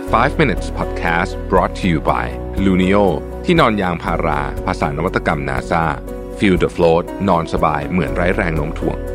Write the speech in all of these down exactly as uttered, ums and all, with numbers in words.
five minutes podcast brought to you by Lunio ที่นอนยางพาราภาษานวัตกรรม NASA Feel the float นอนสบายเหมือนไร้แรงโน้มถ่วง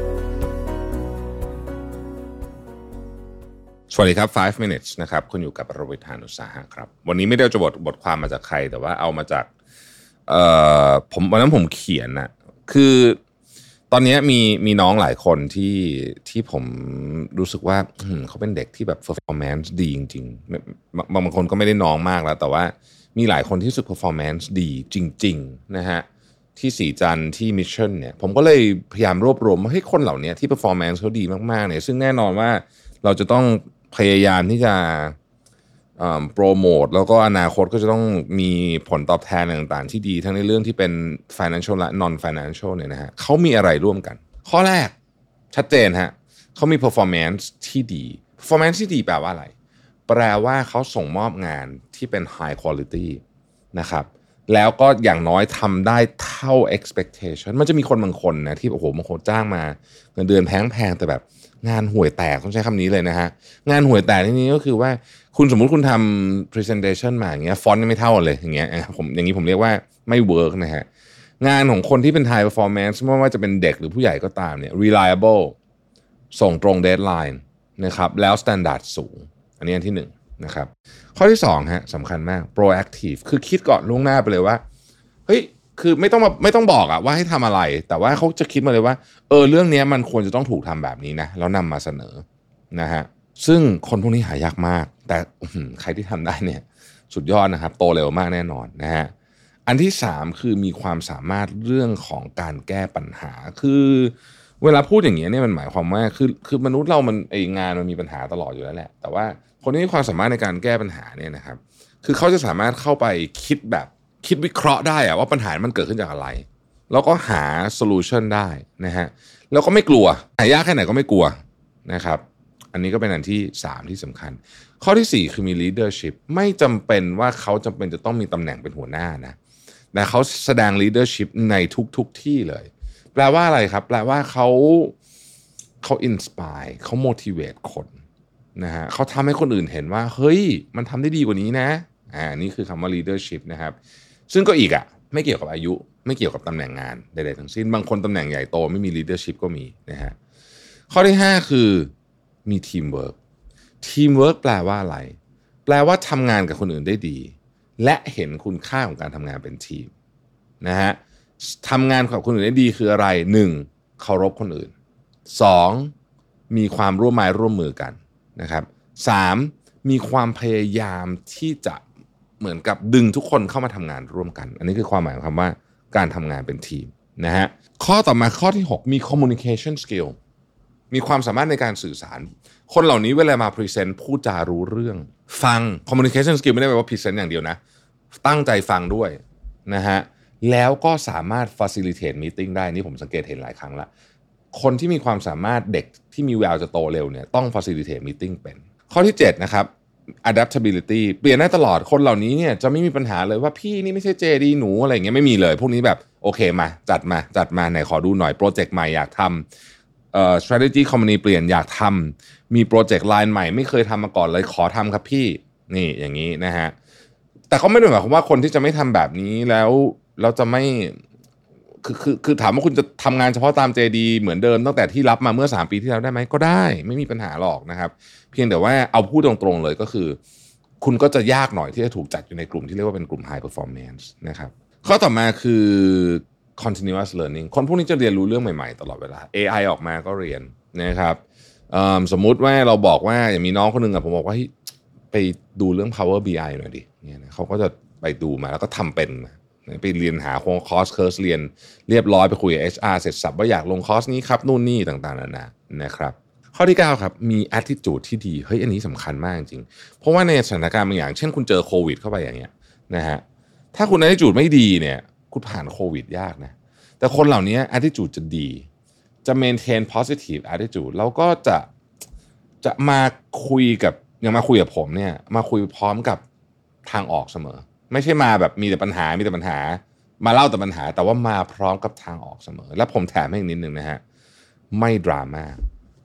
สวัสดีครับfive minutes นะครับคุณอยู่กับประวิทย์ หาญอุตสาหะครับวันนี้ไม่ได้จะบทบทความมาจากใครแต่ว่าเอามาจากเอ่อผมวันนั้นผมเขียนนะคือตอนนี้มีมีน้องหลายคนที่ที่ผมรู้สึกว่าเขาเป็นเด็กที่แบบ performance ดีจริงๆบางบางคนก็ไม่ได้น้องมากแล้วแต่ว่ามีหลายคนที่รู้สึก performance ดีจริงๆนะฮะที่สีจันทร์ที่มิชชั่นเนี่ยผมก็เลยพยายามรวบรวมว่าให้คนเหล่านี้ที่ performance เขาดีมากๆเนี่ยซึ่งแน่นอนว่าเราจะต้องพยายามที่จะโปรโมทแล้วก็อนาคตก็จะต้องมีผลตอบแทนต่างๆที่ดีทั้งในเรื่องที่เป็น financial และ non financial เนี่ยนะฮะเขามีอะไรร่วมกันข้อแรกชัดเจนฮะเขามี performance ที่ดี performance ที่ดีแปลว่าอะไรแปลว่าเขาส่งมอบงานที่เป็น high quality นะครับแล้วก็อย่างน้อยทำได้เท่า expectation มันจะมีคนบางคนนะที่โอ้โหบางคนจ้างมาเงินเดือนแพงๆแต่แบบงานห่วยแตกต้องใช้คำนี้เลยนะฮะงานห่วยแตกที่นี้ก็คือว่าคุณสมมุติคุณทำ presentation มาอย่างเงี้ยฟอนต์ไม่เท่าเลยอย่างเงี้ยผมอย่างนี้ผมเรียกว่าไม่ work นะฮะงานของคนที่เป็น high performance ไม่ว่าจะเป็นเด็กหรือผู้ใหญ่ก็ตามเนี่ย reliable ส่งตรง deadline นะครับแล้ว standard สูงอันนี้อันที่หนึ่งนะครับข้อที่สองฮะสำคัญมาก proactive คือคิดก่อนล่วงหน้าไปเลยว่าเฮ้ยคือไม่ต้องมาไม่ต้องบอกอะว่าให้ทำอะไรแต่ว่าเขาจะคิดมาเลยว่าเออเรื่องนี้มันควรจะต้องถูกทำแบบนี้นะแล้วนำมาเสนอนะฮะซึ่งคนพวกนี้หายากมากแต่ใครที่ทำได้เนี่ยสุดยอดนะครับโตเร็วมากแน่นอนนะฮะอันที่สามคือมีความสามารถเรื่องของการแก้ปัญหาคือเวลาพูดอย่างนี้เนี่ยมันหมายความว่าคือคือมนุษย์เรามันไองานมันมีปัญหาตลอดอยู่แล้วแหละแต่ว่าคนที่มีความสามารถในการแก้ปัญหาเนี่ยนะครับคือเขาจะสามารถเข้าไปคิดแบบคิดวิเคราะห์ได้อะว่าปัญหามันเกิดขึ้นจากอะไรแล้วก็หาโซลูชันได้นะฮะแล้วก็ไม่กลัวหายากแค่ไหนก็ไม่กลัวนะครับอันนี้ก็เป็นอันที่สามที่สำคัญข้อที่สี่คือมี leadership ไม่จำเป็นว่าเขาจำเป็นจะต้องมีตำแหน่งเป็นหัวหน้านะแต่เขาแสดง leadership ในทุกๆที่เลยแปลว่าอะไรครับแปลว่าเขาเขา inspire เขา motivate คนนะฮะเขาทำให้คนอื่นเห็นว่าเฮ้ยมันทำได้ดีกว่านี้นะอ่านี่คือคำว่า leadership นะครับซึ่งก็อีกอ่ะไม่เกี่ยวกับอายุไม่เกี่ยวกับตำแหน่งงานใดๆทั้งสิ้นบางคนตำแหน่งใหญ่โตไม่มี leadership ก็มีนะฮะข้อที่ห้าคือมี teamwork teamwork แปลว่าอะไรแปลว่าทำงานกับคนอื่นได้ดีและเห็นคุณค่าของการทำงานเป็นทีมนะฮะทำงานกับคนอื่นได้ดีคืออะไรหนึ่งเคารพคนอื่นสองมีความร่วมไม้ร่วมมือกันนะครับสามมีความพยายามที่จะเหมือนกับดึงทุกคนเข้ามาทำงานร่วมกันอันนี้คือความหมายของคำว่าการทำงานเป็นทีมนะฮะข้อต่อมาข้อที่หกมี communication skill มีความสามารถในการสื่อสารคนเหล่านี้เวลามาพรีเซนต์พูดจารู้เรื่องฟัง communication skill ไม่ได้แปลว่าพรีเซนต์อย่างเดียวนะตั้งใจฟังด้วยนะฮะแล้วก็สามารถ facilitate meeting ได้นี่ผมสังเกตเห็นหลายครั้งละคนที่มีความสามารถเด็กที่มีแววจะโตเร็วเนี่ยต้อง facilitate meeting เป็นข้อที่เจ็ดนะครับ adaptability เปลี่ยนได้ตลอดคนเหล่านี้เนี่ยจะไม่มีปัญหาเลยว่าพี่นี่ไม่ใช่เจดีหนูอะไรอย่างเงี้ยไม่มีเลยพวกนี้แบบโอเคมาจัดมาจัดมาไหนขอดูหน่อยโปรเจกต์ใหม่อยากทำเอ่อ strategy company เปลี่ยนอยากทำมีโปรเจกต์ line ใหม่ไม่เคยทำมาก่อนเลยขอทำครับพี่นี่อย่างนี้นะฮะแต่ก็ไม่ได้หมายความว่าคนที่จะไม่ทำแบบนี้แล้วเราจะไม่คือคือคือถามว่าคุณจะทำงานเฉพาะตาม เจ ดี เหมือนเดิมตั้งแต่ที่รับมาเมื่อสามปีที่แล้วได้ไหมก็ได้ไม่มีปัญหาหรอกนะครับเพียงแต่ว่าเอาพูดตรงๆเลยก็คือคุณก็จะยากหน่อยที่จะถูกจัดอยู่ในกลุ่มที่เรียกว่าเป็นกลุ่ม high performance นะครับข้อต่อมาคือ continuous learning คนพวกนี้จะเรียนรู้เรื่องใหม่ๆตลอดเวลา เอ ไอ ออกมาก็เรียนนะครับสมมุติว่าเราบอกว่าอย่างมีน้องคนนึงอะผมบอกว่าไปดูเรื่อง Power บี ไอ หน่อยดิเนี่ยนะเขาก็จะไปดูมาแล้วก็ทำเป็นไปเรียนหาคอร์สเคิร์สเรียนเรียบร้อยไปคุยกับ เอช อาร์ เสร็จสับว่าอยากลงคอร์สนี้ครับนู่นนี่ต่างๆนานานะครับข้อที่เก้าครับมี attitude ที่ดีเฮ้ยอันนี้สำคัญมากจริงเพราะว่าในสถานการณ์บางอย่างเช่นคุณเจอโควิดเข้าไปอย่างเงี้ยนะฮะถ้าคุณ attitude ไม่ดีเนี่ยคุณผ่านโควิดยากนะแต่คนเหล่านี้ attitude จะดีจะ maintain positive attitude แล้วก็จะจะมาคุยกับยังมาคุยกับผมเนี่ยมาคุยพร้อมกับทางออกเสมอไม่ใช่มาแบบมีแต่ปัญหามีแต่ปัญหามาเล่าแต่ปัญหาแต่ว่ามาพร้อมกับทางออกเสมอและผมแถมให้อีกนิดนึงนะฮะไม่ดราม่า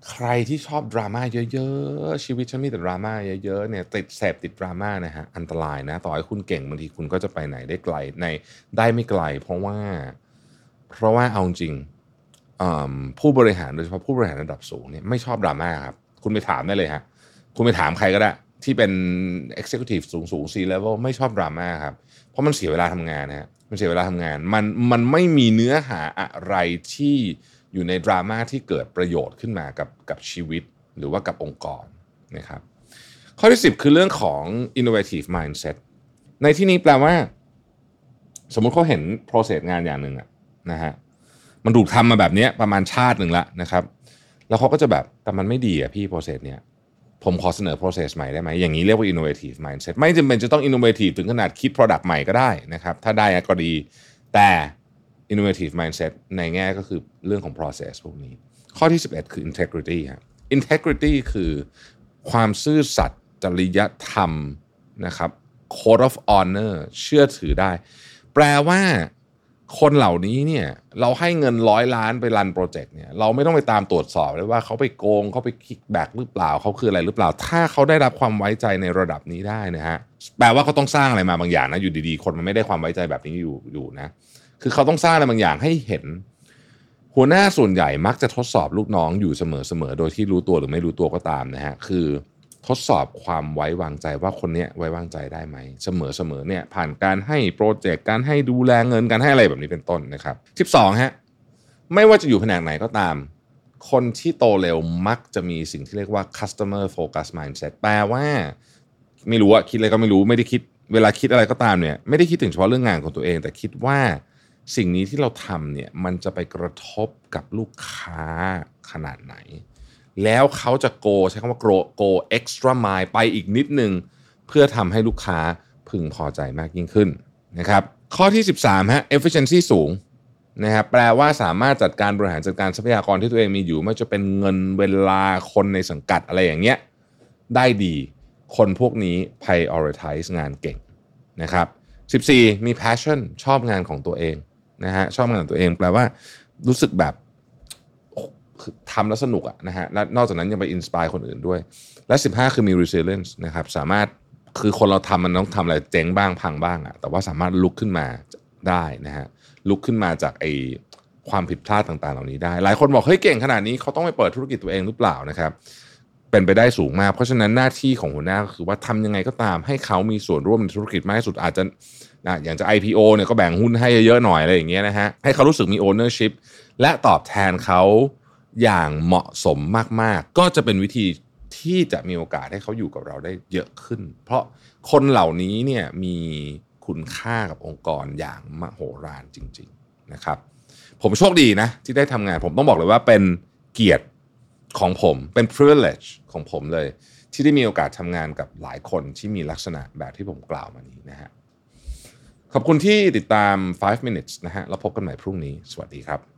ใครที่ชอบดราม่าเยอะๆชีวิตฉันมีแต่ดราม่าเยอะๆเนี่ยติดเสพติดดราม่านะฮะอันตรายนะต่อให้คุณเก่งบางทีคุณก็จะไปไหนได้ไกลในได้ไม่ไกลเพราะว่าเพราะว่าเอาจริงผู้บริหารโดยเฉพาะผู้บริหารระดับสูงเนี่ยไม่ชอบดราม่าครับคุณไปถามได้เลยฮะคุณไปถามใครก็ได้ที่เป็น executive สูงๆ C level ไม่ชอบดราม่าครับเพราะมันเสียเวลาทำงานนะฮะมันเสียเวลาทำงานมันมันไม่มีเนื้อหาอะไรที่อยู่ในดราม่าที่เกิดประโยชน์ขึ้นมากับกับชีวิตหรือว่ากับองค์กรนะครับข้อที่สิบคือเรื่องของ innovative mindset ในที่นี้แปลว่าสมมุติเขาเห็น process งานอย่างหนึ่งอะนะฮะมันถูกทำมาแบบนี้ประมาณชาติหนึ่งละนะครับแล้วเขาก็จะแบบแต่มันไม่ดีอะพี่ process เนี้ยผมขอเสนอ process ใหม่ได้ไหมอย่างนี้เรียกว่า innovative mindset ไม่จำเป็นจะต้อง innovative ถึงขนาดคิด product ใหม่ก็ได้นะครับถ้าได้ก็ดีแต่ innovative mindset ในแง่ก็คือเรื่องของ process พวกนี้ข้อที่สิบเอ็ดคือ integrity ครับ integrity คือความซื่อสัตย์จริยธรรมนะครับ code of honor เชื่อถือได้แปลว่าคนเหล่านี้เนี่ยเราให้เงินร้อยล้านไปรันโปรเจกต์เนี่ยเราไม่ต้องไปตามตรวจสอบเลยว่าเขาไปโกงเขาไปคิกแบ็กหรือเปล่าเขาคืออะไรหรือเปล่าถ้าเขาได้รับความไว้ใจในระดับนี้ได้นะฮะแปลว่าเขาต้องสร้างอะไรมาบางอย่างนะอยู่ดีๆคนมันไม่ได้ความไว้ใจแบบนี้อยู่อยู่นะคือเขาต้องสร้างอะไรบางอย่างให้เห็นหัวหน้าส่วนใหญ่มักจะทดสอบลูกน้องอยู่เสมอๆโดยที่รู้ตัวหรือไม่รู้ตัวก็ตามนะฮะคือทดสอบความไว้วางใจว่าคนนี้ไว้วางใจได้ไหมเสมอๆเนี่ยผ่านการให้โปรเจกต์การให้ดูแลเงินการให้อะไรแบบนี้เป็นต้นนะครับสิบสองฮะไม่ว่าจะอยู่แผนกไหนก็ตามคนที่โตเร็วมักจะมีสิ่งที่เรียกว่า customer focus mindset แปลว่าไม่รู้อะคิดอะไรก็ไม่รู้ไม่ได้คิดเวลาคิดอะไรก็ตามเนี่ยไม่ได้คิดถึงเฉพาะเรื่องงานของตัวเองแต่คิดว่าสิ่งนี้ที่เราทำเนี่ยมันจะไปกระทบกับลูกค้าขนาดไหนแล้วเขาจะ go ใช้คำว่า go go extra mile ไปอีกนิดนึงเพื่อทำให้ลูกค้าพึงพอใจมากยิ่งขึ้นนะครับข้อที่สิบสามฮะ efficiency สูงนะครับแปลว่าสามารถจัดการบริหารจัดการทรัพยากรที่ตัวเองมีอยู่ไม่ว่าจะเป็นเงินเวลาคนในสังกัดอะไรอย่างเงี้ยได้ดีคนพวกนี้ prioritize งานเก่งนะครับสิบสี่มี passion ชอบงานของตัวเองนะฮะชอบงานของตัวเองแปลว่ารู้สึกแบบทำแล้วสนุกอะนะฮะและนอกจากนั้นยังไปอินสไปร์คนอื่นด้วยและสิบห้าคือมี resilience นะครับสามารถคือคนเราทำมันต้องทำอะไรเจ๊งบ้างพังบ้างอะแต่ว่าสามารถลุกขึ้นมาได้นะฮะลุกขึ้นมาจากไอ้ความผิดพลาดต่างๆเหล่านี้ได้หลายคนบอกเฮ้ยเก่งขนาดนี้เขาต้องไปเปิดธุรกิจตัวเองหรือเปล่านะครับเป็นไปได้สูงมากเพราะฉะนั้นหน้าที่ของหัวหน้าก็คือว่าทำยังไงก็ตามให้เขามีส่วนร่วมในธุรกิจมากที่สุดอาจจะนะอย่างจะ ไอ พี โอ เนี่ยก็แบ่งหุ้นให้เยอะๆหน่อยอะไรอย่างเงี้ยนะฮะให้เขารู้สึกมี ownership และตอบแทนเขาอย่างเหมาะสมมากๆก็จะเป็นวิธีที่จะมีโอกาสให้เขาอยู่กับเราได้เยอะขึ้นเพราะคนเหล่านี้เนี่ยมีคุณค่ากับองค์กรอย่างมโหฬารจริงๆนะครับผมโชคดีนะที่ได้ทำงานผมต้องบอกเลยว่าเป็นเกียรติของผมเป็น privilege ของผมเลยที่ได้มีโอกาสทำงานกับหลายคนที่มีลักษณะแบบที่ผมกล่าวมานี้นะฮะขอบคุณที่ติดตามไฟว์ minutes นะฮะแล้วพบกันใหม่พรุ่งนี้สวัสดีครับ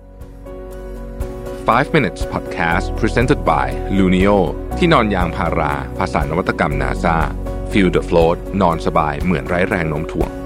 ไฟว์ minutes podcast presented by Lunio ที่นอนยางพาราภาษานวัตกรรม NASA Feel the float นอนสบายเหมือนไร้แรงโน้มถ่วง